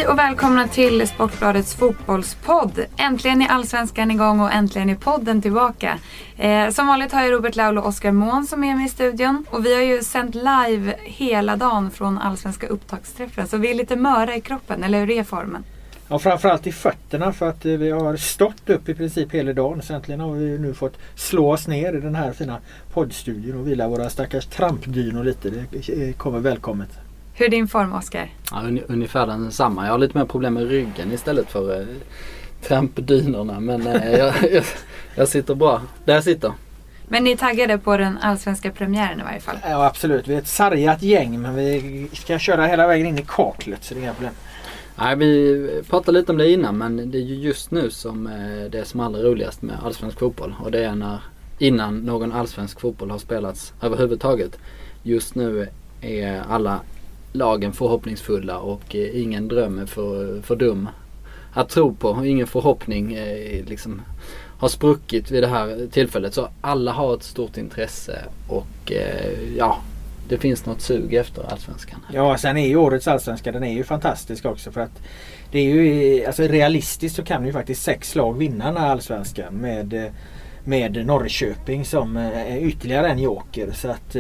Hej och välkomna till Sportbladets fotbollspodd. Äntligen är Allsvenskan igång och äntligen är podden tillbaka. Som vanligt har jag Robert Laul och Oskar Mån som är med i studion. Och vi har ju sänt live hela dagen från Allsvenska upptaktsträffen. Så vi är lite möra i kroppen, eller hur är formen? Ja, framförallt i fötterna för att vi har stått upp i princip hela dagen. Så äntligen har vi nu fått slå oss ner i den här fina poddstudion och vila våra stackars trampdynor lite. Det kommer välkommet. Hur är din form, Oskar? Ja, ungefär densamma. Jag har lite mer problem med ryggen istället för trampdynorna. Men jag sitter bra. Där jag sitter. Men ni är taggade på den allsvenska premiären i varje fall? Ja, absolut. Vi är ett sargat gäng, men vi ska köra hela vägen in i kaklet, så det är inga problem. Nej, vi pratade lite om det innan, men det är ju just nu som det är som allra roligast med allsvensk fotboll. Och det är innan någon allsvensk fotboll har spelats överhuvudtaget. Just nu är alla lagen förhoppningsfulla och ingen dröm är för dum att tro på. Ingen förhoppning liksom har spruckit vid det här tillfället. Så alla har ett stort intresse och det finns något sug efter allsvenskan. Ja, sen är ju årets allsvenska, den är ju fantastisk också för att det är ju, alltså realistiskt så kan ju faktiskt 6 lag vinna den här allsvenskan med Norrköping som är ytterligare en joker, så att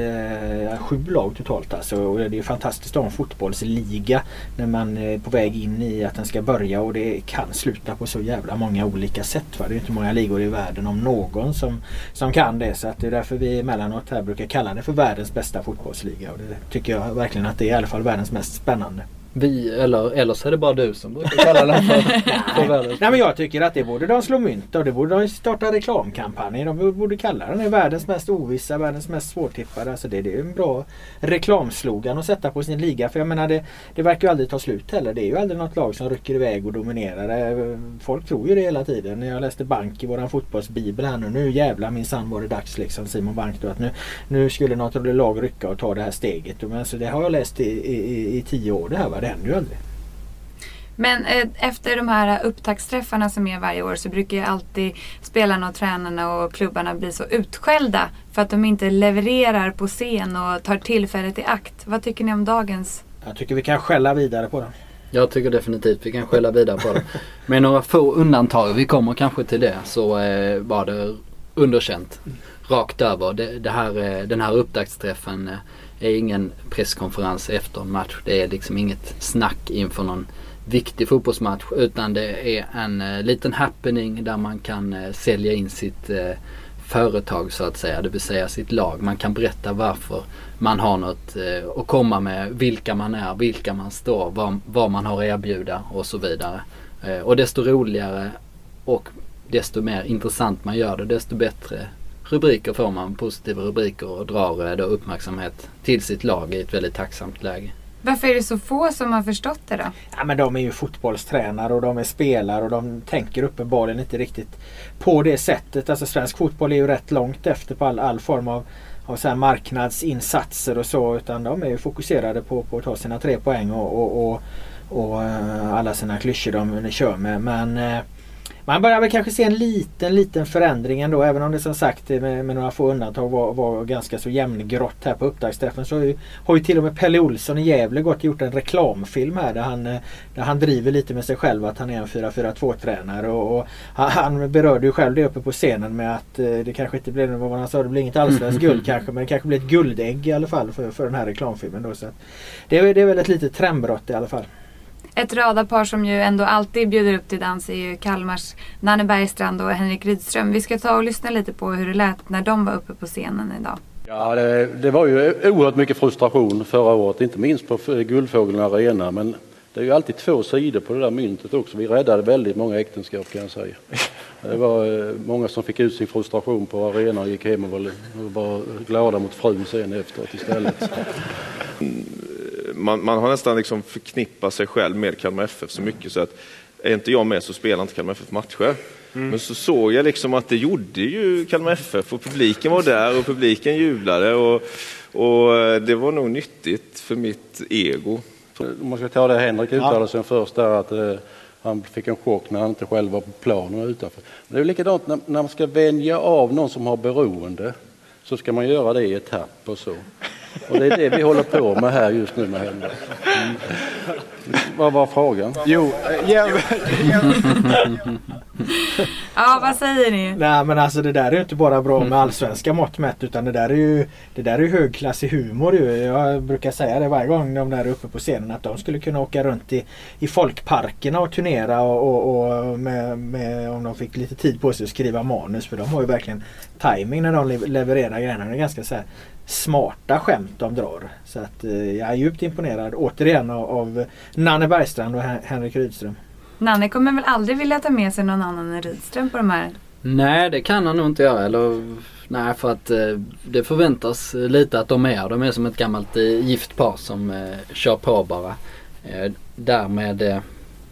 7 lag totalt alltså. Och det är ju fantastiskt att ha en fotbollsliga när man är på väg in i att den ska börja, och det kan sluta på så jävla många olika sätt, va? Det är inte många ligor i världen om någon som kan det, så att det är därför vi emellanåt här brukar kalla det för världens bästa fotbollsliga, och det tycker jag verkligen att det är i alla fall världens mest spännande. Eller så är det bara du som brukar kalla den för världens. Nej, men jag tycker att det borde de slå mynt och det borde de starta reklamkampanjer. De borde kalla den världens mest ovissa, världens mest svårtippade. Alltså det är en bra reklamslogan att sätta på sin liga. För jag menar, det verkar ju aldrig ta slut heller. Det är ju aldrig något lag som rycker iväg och dominerar. Folk tror ju det hela tiden. När jag läste Bank i våran fotbollsbibel här nu jävlar minsann var det dags liksom, Simon Bank då, att nu skulle något lag rycka och ta det här steget. Men alltså, det har jag läst i 10 år det här, va? Det händer ju aldrig. Men efter de här upptaktsträffarna som är varje år så brukar ju alltid spelarna och tränarna och klubbarna bli så utskällda för att de inte levererar på scen och tar tillfället i akt. Vad tycker ni om dagens? Jag tycker vi kan skälla vidare på den. Jag tycker definitivt vi kan skälla vidare på den. Med några få undantag, vi kommer kanske till det, så var det underkänt rakt över. Den här upptaktsträffen är ingen presskonferens efter en match. Det är liksom inget snack inför någon viktig fotbollsmatch, utan det är en liten happening där man kan sälja in sitt företag så att säga, det vill säga sitt lag. Man kan berätta varför man har något att komma med, vilka man är, vilka man står, vad man har att erbjuda och så vidare. Och desto roligare och desto mer intressant man gör det, desto bättre rubriker får man, positiva rubriker, och drar då uppmärksamhet till sitt lag i ett väldigt tacksamt läge. Varför är det så få som har förstått det då? Ja, men de är ju fotbollstränare och de är spelare och de tänker uppenbarligen inte riktigt på det sättet. Alltså svensk fotboll är ju rätt långt efter på all form av så här marknadsinsatser och så, utan de är ju fokuserade på att ta sina 3 poäng och alla sina klyschor de kör med. Men man börjar väl kanske se en liten förändring ändå, även om det som sagt med några få undantag var ganska så jämngrått här på upptaktsträffen. Så har ju till och med Pelle Olsson i Gävle gjort en reklamfilm här där han driver lite med sig själv att han är en 4-4-2-tränare, och han berörde ju själv det uppe på scenen med att det kanske inte blev vad han sa, det blir inget allsvenskt guld kanske, men det kanske blir ett guldägg i alla fall för den här reklamfilmen då, så att det är väl ett litet trendbrott i alla fall. Ett radarpar som ju ändå alltid bjuder upp till dans är ju Kalmars Nanne Bergstrand och Henrik Rydström. Vi ska ta och lyssna lite på hur det lät när de var uppe på scenen idag. Ja, det var ju oerhört mycket frustration förra året, inte minst på Guldfågeln Arena, men det är ju alltid 2 sidor på det där myntet också. Vi räddade väldigt många äktenskap, kan jag säga. Det var många som fick ut sin frustration på arenan och gick hem och var glada mot frun sen efteråt istället. Man har nästan liksom förknippat sig själv med Kalmar FF så mycket så att är inte jag med så spelar inte Kalmar FF matcher. Men så såg jag liksom att det gjorde ju Kalmar FF och publiken var där och publiken jublade och det var nog nyttigt för mitt ego. Om man ska ta det Henrik uttalade sig först där att han fick en chock när han inte själv var på planen och utanför. Men det är ju likadant när man ska vänja av någon som har beroende, så ska man göra det i etapp och så. Och det är det vi håller på med här just nu med Henrik. Vad var frågan? Jo, Ja, vad säger ni? Nej, men alltså det där är ju inte bara bra med allsvenska mått mätt, utan det där är ju högklassig humor ju. Jag brukar säga det varje gång de där är uppe på scenen, att de skulle kunna åka runt i folkparkerna och turnera och med om de fick lite tid på sig att skriva manus, för de har ju verkligen timing när de levererar grejerna. Det är ganska så här smarta skämt de drar. Så att jag är djupt imponerad återigen av Nanne Bergstrand och Henrik Rydström. Nanne kommer väl aldrig vilja ta med sig någon annan än Rydström på de här? Nej, det kan han nog inte göra. Nej, för att det förväntas lite att de är som ett gammalt gift par som kör på bara. Därmed,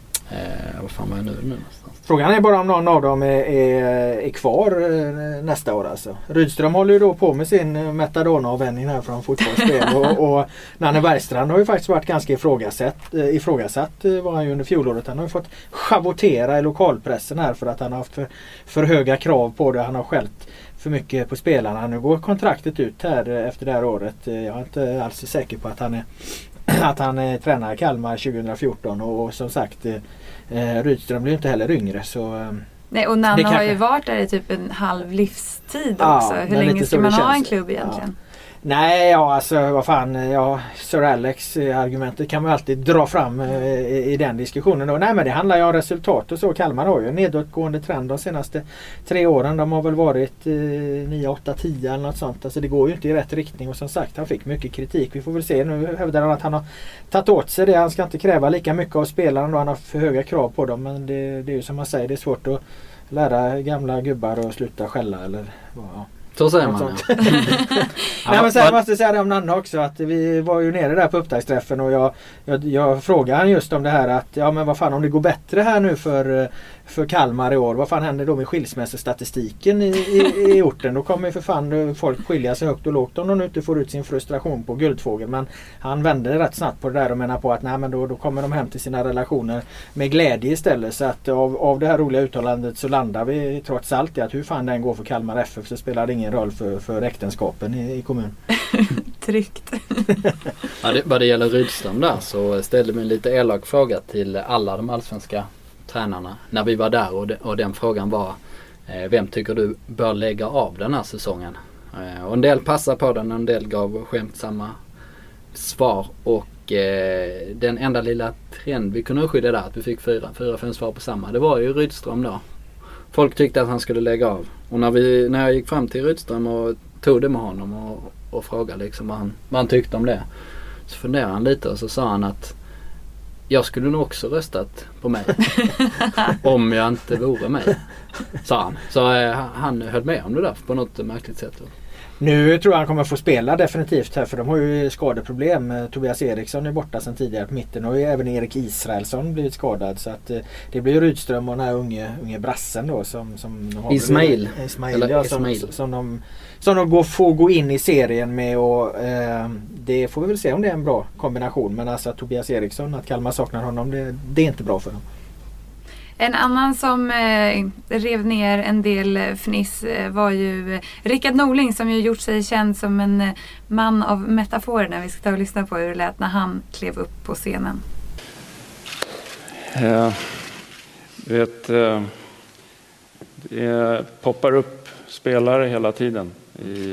vad fan var jag nu någonstans? Frågan är bara om någon av dem är kvar nästa år alltså. Rydström håller ju då på med sin metadonavvänjning här från fotbollsspel och Nanne Bergstrand har ju faktiskt varit ganska ifrågasatt var han ju under fjolåret. Han har ju fått schabotera i lokalpressen här för att han har haft för höga krav på det. Han har skällt för mycket på spelarna. Nu går kontraktet ut här efter det här året. Jag är inte alls säker på att han är tränare i Kalmar 2014 och som sagt Rydström blir ju inte heller yngre så... Nej, och Nanne har ju varit där i typ en halv livstid också. Hur länge ska man ha en klubb egentligen? Ja. Nej, alltså vad fan, Sir Alex argumentet kan man alltid dra fram i den diskussionen. Och, nej, men det handlar ju om resultat och så. Kalmar har ju en nedåtgående trend de senaste 3 åren. De har väl varit 9, 8, 10 eller något sånt. Alltså det går ju inte i rätt riktning och som sagt, han fick mycket kritik. Vi får väl se, nu hävdar han att han har tagit åt sig det. Han ska inte kräva lika mycket av spelarna och han har för höga krav på dem. Men det är ju som man säger, det är svårt att lära gamla gubbar att sluta skälla eller ja. Så säger man. Nej, men sen måste jag säga det om Nanne också, att vi var ju nere där på upptaktsträffen och jag frågade han just om det här att ja, men vad fan, om det går bättre här nu för Kalmar i år, vad fan händer då med skilsmässostatistiken i orten? Då kommer för fan folk skilja sig högt och lågt om de inte får ut sin frustration på Guldfågel. Men han vände rätt snabbt på det där och menar på att nej, men då kommer de hem till sina relationer med glädje istället. Så att av det här roliga uttalandet så landar vi trots allt i att hur fan den går för Kalmar FF så spelar det ingen roll för äktenskapen i kommunen. Tryggt. Ja, vad det gäller Rydström där så ställde mig en lite elak fråga till alla de allsvenska tränarna när vi var där och den frågan var vem tycker du bör lägga av den här säsongen? Och en del passar på den och en del gav skämtsamma svar och den enda lilla trend vi kunde skydda där att vi fick 4-5 svar på samma, det var ju Rydström då. Folk tyckte att han skulle lägga av och när jag gick fram till Rydström och tog det med honom och frågade liksom vad han tyckte om det, så funderade han lite och så sa han att jag skulle nog också röstat på mig om jag inte vore mig, sa han. Så han höll med om det där på något märkligt sätt. Nu tror jag han kommer få spela definitivt här, för de har ju skadeproblem. Tobias Eriksson är borta sedan tidigare på mitten och även Erik Israelsson blivit skadad. Så att det blir Rydström och den här unge brassen då som har Ismail, ja, som de får gå in i serien med och det får vi väl se om det är en bra kombination. Men alltså att Tobias Eriksson, att Kalmar saknar honom, det är inte bra för dem. En annan som rev ner en del fniss var ju Rickard Norling, som ju gjort sig känd som en man av metaforerna. Vi ska ta och lyssna på hur det lät när han klev upp på scenen. Det poppar upp spelare hela tiden. I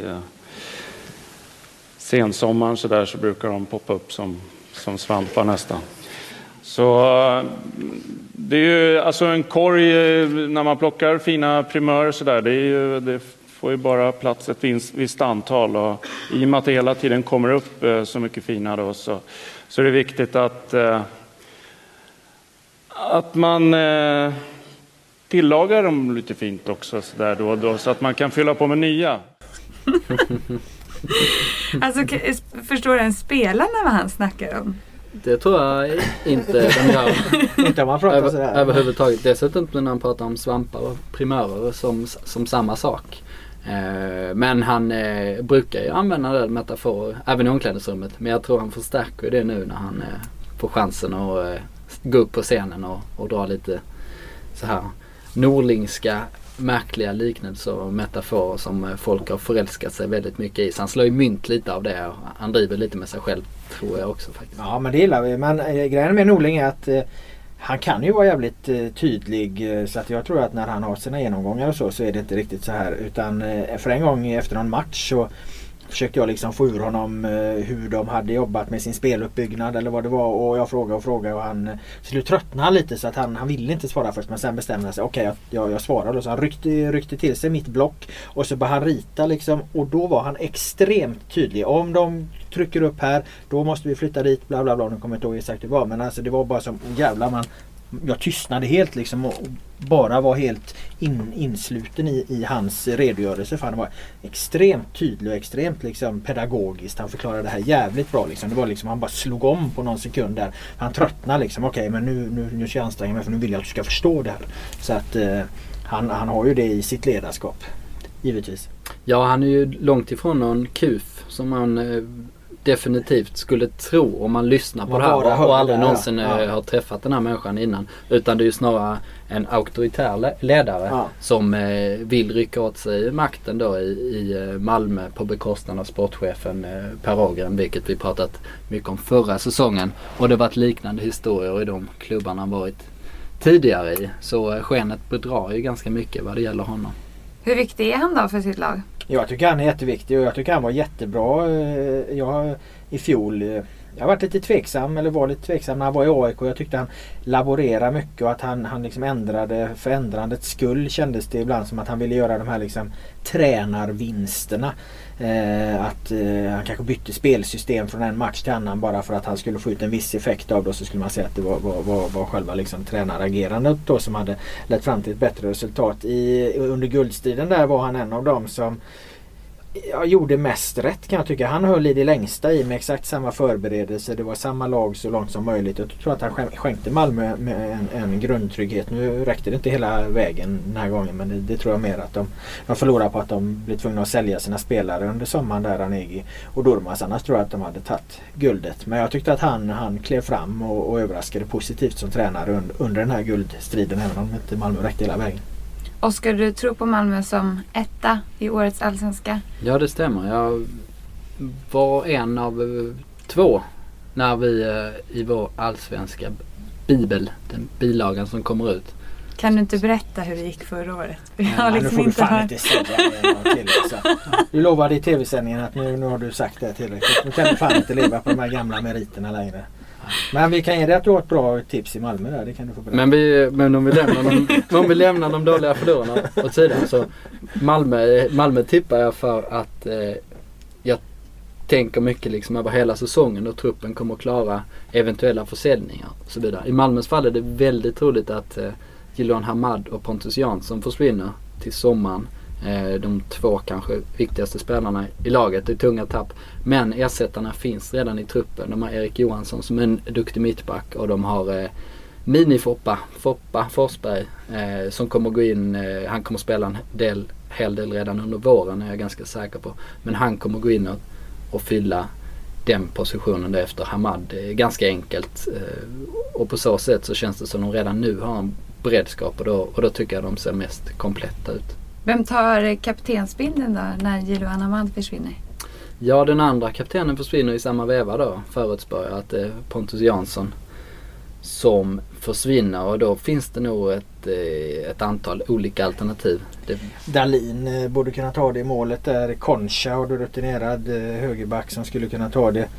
sensommaren så brukar de poppa upp som svampar nästan. Så det är ju alltså en korg när man plockar fina primörer så där, det får ju bara plats ett visst antal och i och med att det hela tiden kommer upp så mycket fina då så är det viktigt att man tillagar dem lite fint också så där då så att man kan fylla på med nya. Alltså förstår en spelarna vad han snackar om? Det tror jag inte de gör. Inte man pratar sådär. Överhuvudtaget. Dessutom inte när han pratar om svampar och primörer som samma sak. Men han brukar ju använda den metafor även i omklädningsrummet. Men jag tror han förstärker det nu när han får chansen att gå upp på scenen och dra lite så här norlingska märkliga liknelser och metaforer som folk har förälskat sig väldigt mycket i. Så han slår ju mynt lite av det och han driver lite med sig själv, tror jag också faktiskt. Ja, men det gillar vi. Men grejen med Norling är att han kan ju vara jävligt tydlig, så att jag tror att när han har sina genomgångar och så är det inte riktigt så här, utan för en gång efter någon match så försökte jag liksom få ur honom hur de hade jobbat med sin speluppbyggnad eller vad det var, och jag frågade och han skulle tröttna han lite, så att han ville inte svara först, men sen bestämde sig, okej, jag svarar då. Så han ryckte till sig mitt block och så började han rita liksom, och då var han extremt tydlig. Om de trycker upp här, då måste vi flytta dit, bla bla bla. Nu kommer jag inte ihåg exakt det var, men alltså det var bara som, jävlar, jag tystnade helt liksom och bara var helt insluten i hans redogörelse, för han var extremt tydlig och extremt liksom pedagogiskt. Han förklarade det här jävligt bra liksom. Det var liksom, han bara slog om på någon sekund där. Han tröttnade liksom, okej, men nu ska jag anstränga mig, för nu vill jag att du ska förstå det här. Så att han har ju det i sitt ledarskap, givetvis. Ja, han är ju långt ifrån någon kuf som man definitivt skulle tro om man lyssnar på det här och aldrig någonsin har träffat den här människan innan. Utan det är ju snarare en auktoritär ledare som vill rycka åt sig makten då i Malmö på bekostnad av sportchefen Per Ågren, vilket vi pratat mycket om förra säsongen. Och det har varit liknande historier i de klubbarna han varit tidigare i. Så skenet bedrar ju ganska mycket vad det gäller honom. Hur viktig är han då för sitt lag? Jag tycker han är jätteviktig och jag tycker han var jättebra. I fjol, jag var lite tveksam när han var i AIK. Jag tyckte han laborerade mycket och att han liksom ändrade för ändrandets skull, kändes det ibland som att han ville göra de här liksom tränarvinsterna. Att han kanske bytte spelsystem från en match till annan bara för att han skulle få ut en viss effekt av det, och så skulle man säga att det var själva liksom tränaragerandet då som hade lett fram till ett bättre resultat. Under guldstriden där var han en av dem som gjorde mest rätt, kan jag tycka. Han höll i det längsta med exakt samma förberedelse. Det var samma lag så långt som möjligt. Jag tror att han skänkte Malmö med en grundtrygghet. Nu räckte det inte hela vägen den här gången, men det tror jag mer att de förlorade på att de blev tvungna att sälja sina spelare under sommaren där, Ranegi och Durmaz. Annars tror jag att de hade tagit guldet. Men jag tyckte att han klev fram och överraskade positivt som tränare under den här guldstriden, även om inte Malmö räckte hela vägen. Oskar, du tror på Malmö som etta i årets allsvenska? Ja, det stämmer. Jag var en av två när vi i vår allsvenska bibel, den bilagan som kommer ut. Kan du inte berätta hur det gick förra året? Ja, nu får du fan inte säga det till. Du lovade i tv-sändningen att nu har du sagt det tillräckligt. Nu kan du fan inte leva på de här gamla meriterna längre. Men vi kan ge dig att du har ett bra tips i Malmö där, det kan du få berätta. Men om vi lämnar de dåliga förlorarna åt sidan, så Malmö tippar jag för att jag tänker mycket liksom över hela säsongen och truppen kommer att klara eventuella försäljningar och så vidare. I Malmös fall är det väldigt troligt att Jiloan Hamad och Pontus Jansson försvinner till sommaren. De två kanske viktigaste spelarna i laget. Det är tunga tapp, men ersättarna finns redan i truppen. De har Erik Johansson som en duktig mittback, och de har Foppa Forsberg som kommer gå in. Han kommer spela en hel del redan under våren, är jag ganska säker på, men han kommer gå in och fylla den positionen där efter Hamad. Det är ganska enkelt, och på så sätt så känns det som de redan nu har en beredskap, och då tycker jag de ser mest kompletta ut. Vem tar kaptensbilden då när Jiloan Hamad försvinner? Ja, den andra kaptenen försvinner i samma veva då. Förutspår jag att det är Pontus Jansson som försvinner, och då finns det nog ett antal olika alternativ. Dahlin borde kunna ta det i målet där. Concha och rutinerad högerback som skulle kunna ta det.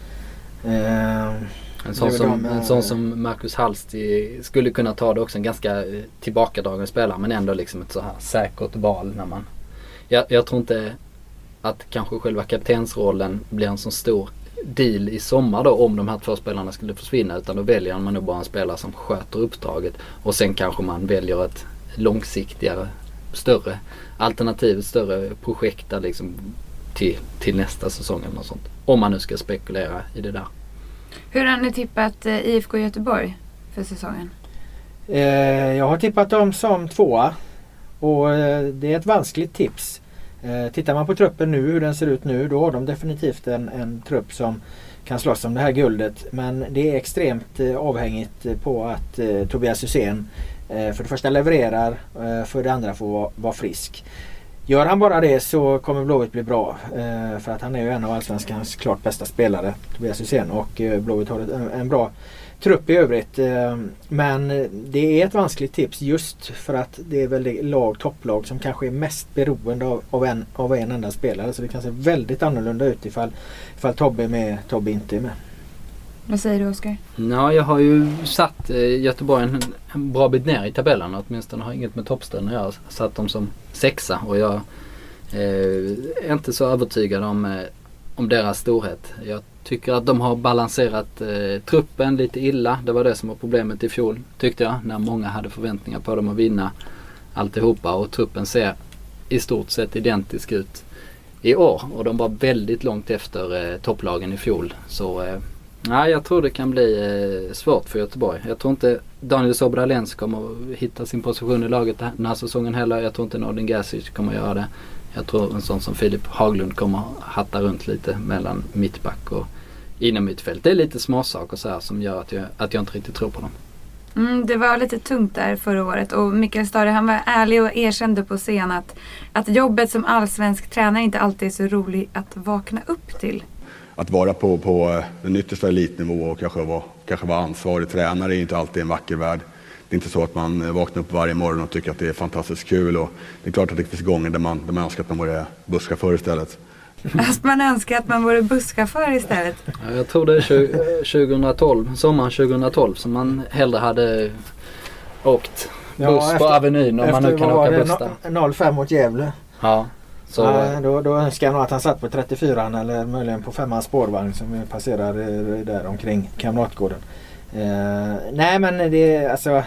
En sån som Marcus Hallsti skulle kunna ta det också, en ganska tillbakadragen spelare, men ändå liksom ett så här säkert val när man... Jag tror inte att kanske själva kaptensrollen blir en så stor deal i sommar då om de här två spelarna skulle försvinna, utan då väljer man nog bara en spelare som sköter uppdraget, och sen kanske man väljer ett långsiktigare, större alternativ, ett större projekt där liksom till nästa säsong eller något sånt. Om man nu ska spekulera i det där. Hur har ni tippat IFK Göteborg för säsongen? Jag har tippat dem som 2:a, och det är ett vanskligt tips. Tittar man på truppen nu, hur den ser ut nu, då har de definitivt en trupp som kan slåss om det här guldet. Men det är extremt avhängigt på att Tobias Hysén för det första levererar, för det andra får vara frisk. Gör han bara det så kommer Blåvitt bli bra. För att han är ju en av allsvenskans klart bästa spelare, Tobias Hysén, och Blåvitt har en bra trupp i övrigt. Men det är ett vanskligt tips just för att det är väl topplag som kanske är mest beroende av en enda spelare. Så det kan se väldigt annorlunda ut ifall Tobbe är med, Tobbe inte är med. Vad säger du, Oskar? Ja, jag har ju satt Göteborg en bra bit ner i tabellen. Åtminstone har inget med toppställen. Jag har satt dem som 6 och jag är inte så övertygad om deras storhet. Jag tycker att de har balanserat truppen lite illa. Det var det som var problemet i fjol, tyckte jag. När många hade förväntningar på dem att vinna alltihopa. Och truppen ser i stort sett identisk ut i år. Och de var väldigt långt efter topplagen i fjol. Så jag tror det kan bli svårt för Göteborg. Jag tror inte Daniel Sobralens kommer att hitta sin position i laget den här säsongen heller. Jag tror inte Nordin Gazic kommer att göra det. Jag tror en sån som Filip Haglund kommer att hatta runt lite mellan mittback och inom mittfält. Det är lite småsaker så här som gör att jag inte riktigt tror på dem. Det var lite tungt där förra året och Mikael Stare, han var ärlig och erkände på scen att jobbet som allsvensk tränare inte alltid är så roligt att vakna upp till. Att vara på den yttersta elitnivå och kanske vara ansvarig tränare är inte alltid en vacker värld. Det är inte så att man vaknar upp varje morgon och tycker att det är fantastiskt kul. Och det är klart att det finns gånger där man önskar att man vore busschaufför istället. Att man önskar att man vore busschaufför istället? Ja, jag tror det är sommaren 2012 som man hellre hade åkt buss på Avenyn om man nu kan åka buss där. 0-5 mot Gävle. Ja. Så, då önskar jag nog att han satt på 34 eller möjligen på 5 spårvagn som passerar där omkring Kamratgården. Nej men det alltså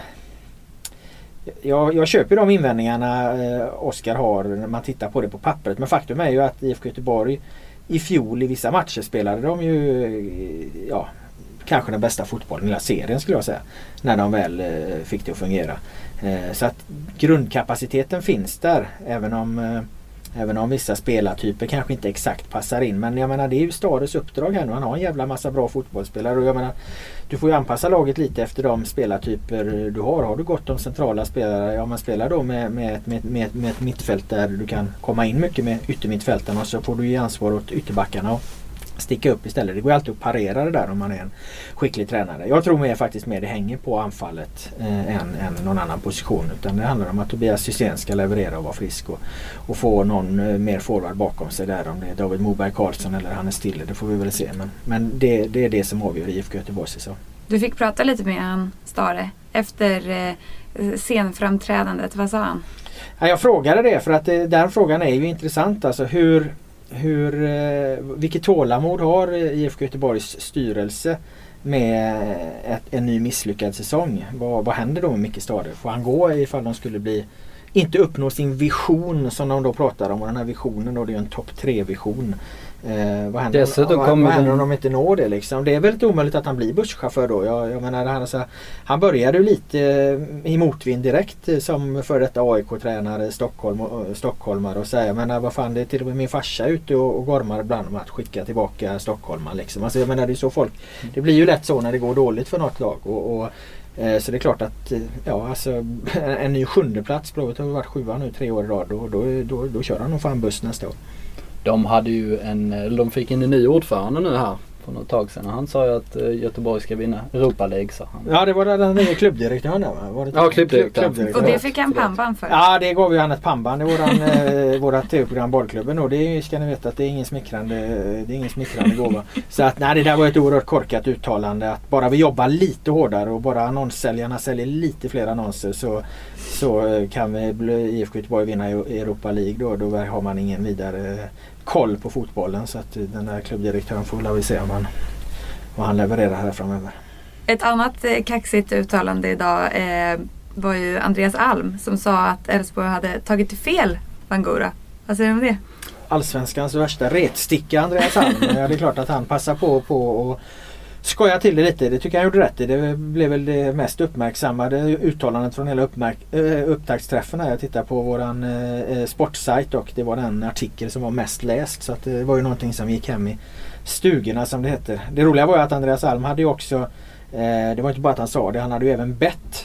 jag köper de invändningarna Oskar har när man tittar på det på pappret, men faktum är ju att IFK Göteborg i fjol i vissa matcher spelade de ju kanske den bästa fotbollen i hela serien skulle jag säga, när de väl fick det att fungera. Så att grundkapaciteten finns där, även om vissa spelartyper kanske inte exakt passar in. Men jag menar, det är ju Stares uppdrag här nu. Han har en jävla massa bra fotbollsspelare. Och jag menar, du får ju anpassa laget lite efter de spelartyper du har. Har du gott om centrala spelare, ja man spelar då med ett mittfält där du kan komma in mycket med yttermittfälten. Och så får du ge ansvar åt ytterbackarna och sticka upp istället. Det går alltid att parera det där om man är en skicklig tränare. Jag tror faktiskt mer det hänger på anfallet än någon annan position. Utan det handlar om att Tobias Hysén ska leverera och vara frisk och få någon mer forward bakom sig där. Om det är David Moberg Karlsson eller Hannes Stille, det får vi väl se. Men det är det som avgör IFK Göteborgs säsong. Du fick prata lite med han, Stare, efter scenframträdandet. Vad sa han? Ja, jag frågade det för att den frågan är ju intressant. Alltså vilket tålamod har IFK Göteborgs styrelse med en ny misslyckad säsong? Vad händer då med Micke Stare? Får han gå ifall de skulle inte uppnå sin vision som de då pratar om? Och den här visionen då, det är en topp 3-vision. Vad händer om de inte når det liksom? Det är väldigt omöjligt att han blir busschaufför då. Jag menar, han började ju lite i motvind direkt som för detta AIK-tränare stockholmare och säga, men vad fan, det är till och med min farsa ute och gormar ibland om att skicka tillbaka stockholmare liksom. Alltså jag menar, det är så folk, det blir ju lätt så när det går dåligt för något lag så det är klart att en ny 7:e plats, Blåvitt har varit 7 nu 3 år i rad, då kör han nog fan buss nästa år. De fick in en ny ordförande nu här för något tag sedan. Han sa ju att Göteborg ska vinna Europa League, sa han. Ja, det var den nya klubbdirektören där, va? Ja, klubbdirektören. Och det fick han pannband för? Ja, det gav ju han ett pannband i våra TV-program Bollklubben. Och det ska ni veta att det är ingen smickrande gåva. Så att nej, det där var ett oerhört korkat uttalande. Att bara vi jobbar lite hårdare och bara annonssäljarna säljer lite fler annonser så kan IFK Göteborg vinna Europa League. Då har man ingen vidare koll på fotbollen, så att den där klubbdirektören får vi se vad han levererar här framöver. Ett annat kaxigt uttalande idag var ju Andreas Alm som sa att Elfsborg hade tagit fel Bangura. Vad säger du om det? Allsvenskans värsta retsticka Andreas Alm. Det är klart att han passar på och skoja till det lite. Det tycker jag gjorde rätt i. Det blev väl det mest uppmärksammade uttalandet från hela upptaktsträffen här. Jag tittar på våran sportsajt och det var den artikel som var mest läst. Så att det var ju någonting som gick hem i stugorna, som det heter. Det roliga var ju att Andreas Alm hade ju också, det var inte bara att han sa det, han hade ju även bett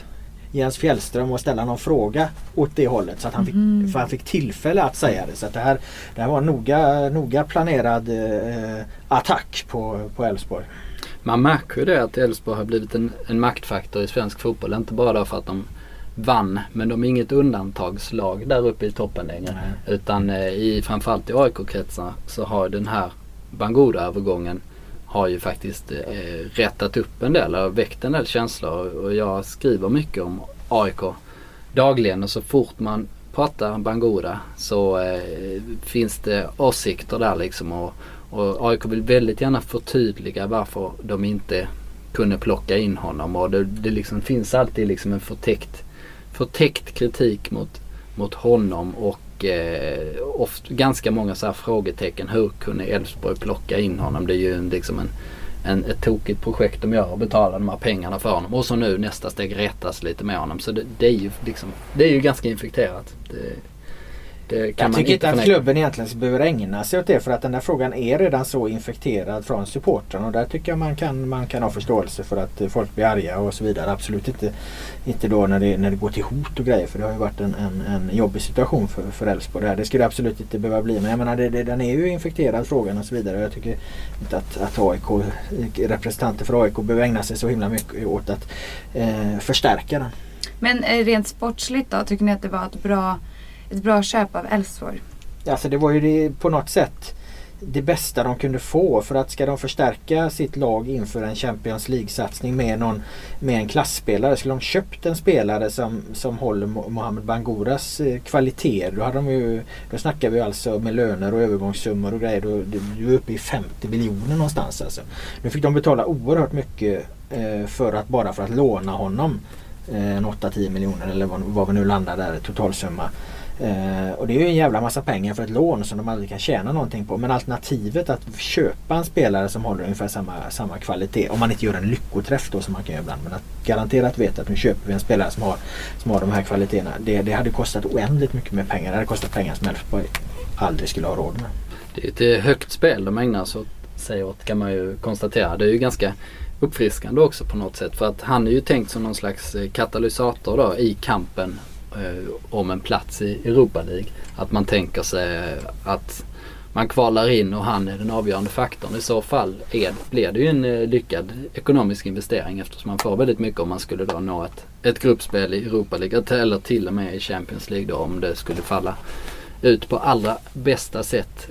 Jens Fjällström och ställa någon fråga åt det hållet så att han fick tillfälle att säga det. Så att det här var noga planerad attack på Elfsborg. Man märker ju det att Elfsborg har blivit en maktfaktor i svensk fotboll. Inte bara därför att de vann, men de är inget undantagslag där uppe i toppen längre. Utan framförallt i AIK-kretsar så har den här Bangura-övergången har ju faktiskt rättat upp en del och väckt en del känslor. Och jag skriver mycket om AIK dagligen, och så fort man pratar Bangura så finns det åsikter där liksom, och AIK vill väldigt gärna förtydliga varför de inte kunde plocka in honom, och det liksom finns alltid liksom en förtäckt kritik mot honom, och ofta ganska många så här frågetecken. Hur kunde Elfsborg plocka in honom? Det är ju liksom ett tokigt projekt de gör och betalar de här pengarna för honom, och så nu nästa steg rättas lite med honom. Så det är ju ganska infekterat. Jag tycker inte att klubben egentligen behöver ägna sig åt det, för att den där frågan är redan så infekterad från supportrarna, och där tycker jag man kan ha förståelse för att folk blir arga och så vidare. Absolut inte då när det går till hot och grejer, för det har ju varit en jobbig situation för Elfsborg. Det skulle det absolut inte behöva bli, men jag menar den är ju infekterad frågan och så vidare, och jag tycker inte att AIK, representanter för AIK behöver ägna sig så himla mycket åt att förstärka den. Men rent sportsligt då, tycker ni att det var ett bra köp av Elfsborg? Alltså det var ju på något sätt det bästa de kunde få, för att ska de förstärka sitt lag inför en Champions League-satsning med en klassspelare, skulle de köpt en spelare som håller Mohamed Banguras kvaliteter, då snackar vi alltså med löner och övergångssummor och grejer, då är uppe i 50 miljoner någonstans alltså. Nu fick de betala oerhört mycket för att låna honom, 8-10 miljoner eller vad vi nu landar där, totalsumma. Och det är ju en jävla massa pengar för ett lån som de aldrig kan tjäna någonting på. Men alternativet att köpa en spelare som håller ungefär samma kvalitet, om man inte gör en lyckoträff då som man kan göra ibland, men att garanterat veta att nu köper vi en spelare som har de här kvaliteterna, det hade kostat oändligt mycket mer pengar. Det hade kostat pengar som Elfsborg aldrig skulle ha råd med. Det är ett högt spel de ägnar sig åt, kan man ju konstatera. Det är ju ganska uppfriskande också på något sätt, för att han är ju tänkt som någon slags katalysator då i kampen om en plats i Europa League. Att man tänker sig att man kvalar in och han är den avgörande faktorn. I så fall blir det ju en lyckad ekonomisk investering, eftersom man får väldigt mycket om man skulle då nå ett gruppspel i Europa League eller till och med i Champions League då, om det skulle falla ut på allra bästa sätt.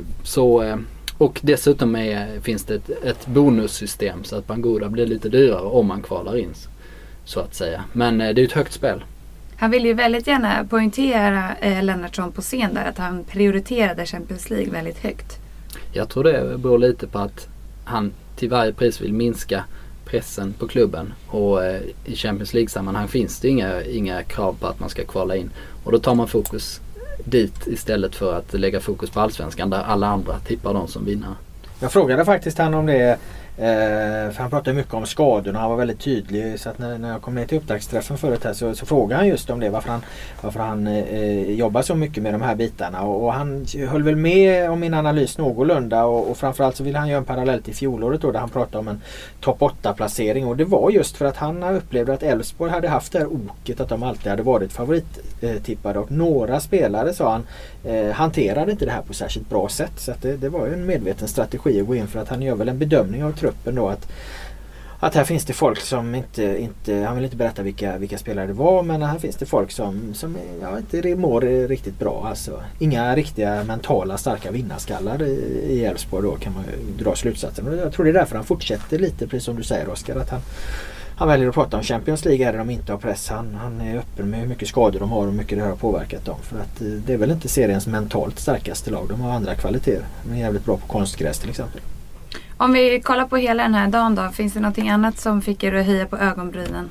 Och dessutom finns det ett bonussystem så att Bangura blir lite dyrare om man kvalar in, så att säga. Men det är ju ett högt spel. Han vill ju väldigt gärna poängtera Lennartsson på scen där, att han prioriterade Champions League väldigt högt. Jag tror det beror lite på att han till varje pris vill minska pressen på klubben, och i Champions League-sammanhang finns det inga krav på att man ska kvala in, och då tar man fokus dit istället för att lägga fokus på allsvenskan där alla andra tippar de som vinner. Jag frågade faktiskt han om det, för han pratade mycket om skadorna, han var väldigt tydlig, så att när jag kom ner till upptaktsträffen förut här så frågade han just om det, varför han jobbar så mycket med de här bitarna, och han höll väl med om min analys någorlunda, och framförallt så ville han göra en parallell till fjolåret då, där han pratade om en topp 8-placering, och det var just för att han upplevde att Elfsborg hade haft det här oket att de alltid hade varit favorittippade, och några spelare, sa han, hanterade inte det här på särskilt bra sätt, så att det var ju en medveten strategi att gå in, för att han gör väl en bedömning av truppen då, att här finns det folk som inte han vill inte berätta vilka spelare det var, men här finns det folk som inte mår riktigt bra, alltså inga riktiga mentala starka vinnarskallar i Elfsborg, då kan man dra slutsatsen, och jag tror det är därför han fortsätter lite, precis som du säger, Oskar, att han väljer att prata om Champions League där de inte har press. Han är öppen med hur mycket skador de har och hur mycket det har påverkat dem. För att det är väl inte seriens mentalt starkaste lag. De har andra kvaliteter. De är jävligt bra på konstgräs till exempel. Om vi kollar på hela den här dagen då, finns det någonting annat som fick er att höja på ögonbrynen?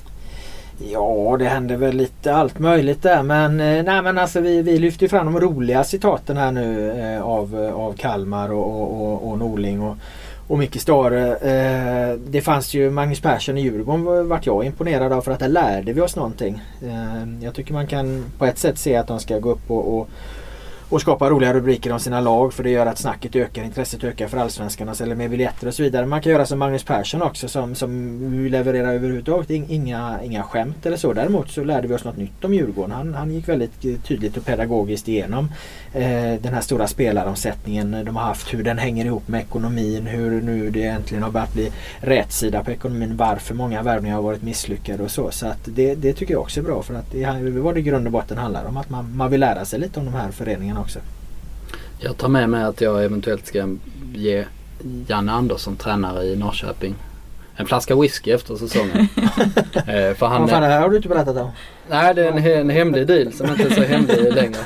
Ja, det hände väl lite allt möjligt där, men alltså vi lyfter ju fram de roliga citaten här nu av Kalmar och Norling och Micke Stare. Det fanns ju Magnus Persson i Djurgården, vart jag imponerad av, för att där lärde vi oss någonting. Jag tycker man kan på ett sätt se att de ska gå upp och skapa roliga rubriker om sina lag, för det gör att snacket ökar, intresset ökar för allsvenskarna, eller med biljetter och så vidare. Man kan göra som Magnus Persson också som levererar överhuvudtaget inga skämt eller så. Däremot så lärde vi oss något nytt om Djurgården. Han gick väldigt tydligt och pedagogiskt igenom den här stora spelaromsättningen de har haft, hur den hänger ihop med ekonomin, hur nu det egentligen har börjat bli rätt sida på ekonomin, varför många värvningar har varit misslyckade och så. Så att det tycker jag också är bra, för att det var det i grund och botten handlar om, att man vill lära sig lite om de här föreningarna också. Jag tar med mig att jag eventuellt ska ge Janne Andersson, tränare i Norrköping, en flaska whisky efter säsongen. För han, vad fan, det här har du inte berättat om? Nej, det är en hemlig deal som inte är så hemlig längre.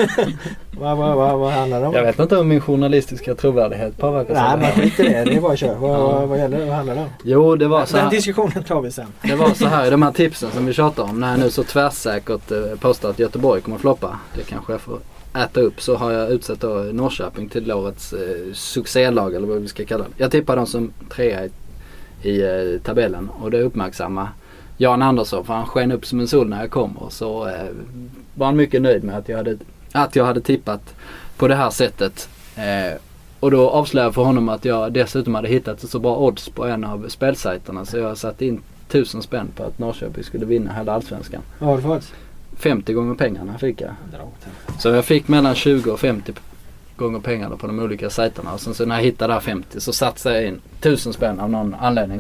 Vad handlar det om? Jag vet inte om min journalistiska trovärdighet påverkar. Nej, men skit i det. Det är bara kör. Vad handlar det om? Jo, det var så här. Den diskussionen tar vi sen. Det var så här, de här tipsen som vi tjatar om. När jag nu så tvärsäkert postar att Göteborg kommer att floppa. Det kanske jag får äta upp. Så har jag utsett då Norrköping till årets succélag, eller vad vi ska kalla det. Jag tippar dem som 3 i tabellen, och det uppmärksamma Jan Andersson, för han sken upp som en sol när jag kom, och så var han mycket nöjd med att jag hade tippat på det här sättet. Och då avslöjade jag för honom att jag dessutom hade hittat så bra odds på en av spelsajterna, så jag satte in 1000 spänn på att Norrköping skulle vinna hela allsvenskan. Vad har du fått? 50 gånger pengarna fick jag. Så jag fick mellan 20 och 50 gånger pengarna på de olika sajterna, och sen så när jag hittade där 50 så satsade jag in 1000 spänn av någon anledning.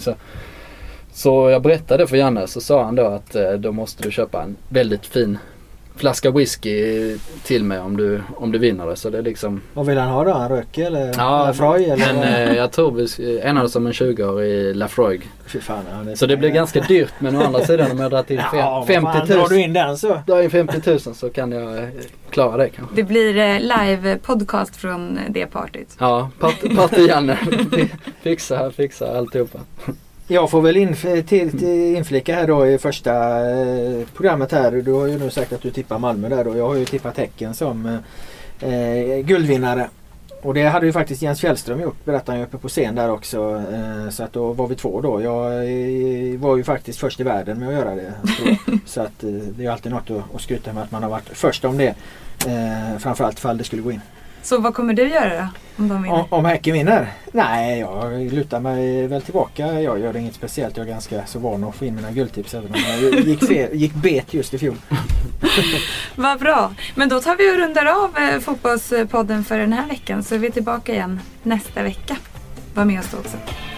Så jag berättade för Janne, så sa han då att då måste du köpa en väldigt fin flaska whisky till mig om du vinner det. Så det är liksom... Vad vill han ha då? En röke eller Lafroig? Eller jag tror vi enades som en 20-årig Lafroig. Fy fan, så det blir ganska dyrt, men å andra sidan om jag drar till 50 000. Drar du in den så? Drar in 50 000 så kan jag klara det kanske. Det blir live podcast från det partyt. Ja, party Janne. Fixa alltihopa. Jag får väl inflika här då i första programmet här. Du har ju nu sagt att du tippar Malmö där, och jag har ju tippat Häcken som guldvinnare. Och det hade ju faktiskt Jens Fjällström gjort, berättade han uppe på scen där också. Så att då var vi 2 då. Jag var ju faktiskt först i världen med att göra det. Så att det är alltid något att skryta med att man har varit först om det. Framförallt fall det skulle gå in. Så vad kommer du göra då? Om de vinner? Om Häcken vinner? Nej, jag lutar mig väl tillbaka. Jag gör inget speciellt. Jag är ganska så van att få in mina guldtips, även om jag gick bet just i fjol. Vad bra. Men då tar vi och rundar av fotbollspodden för den här veckan. Så är vi tillbaka igen nästa vecka. Var med oss då också.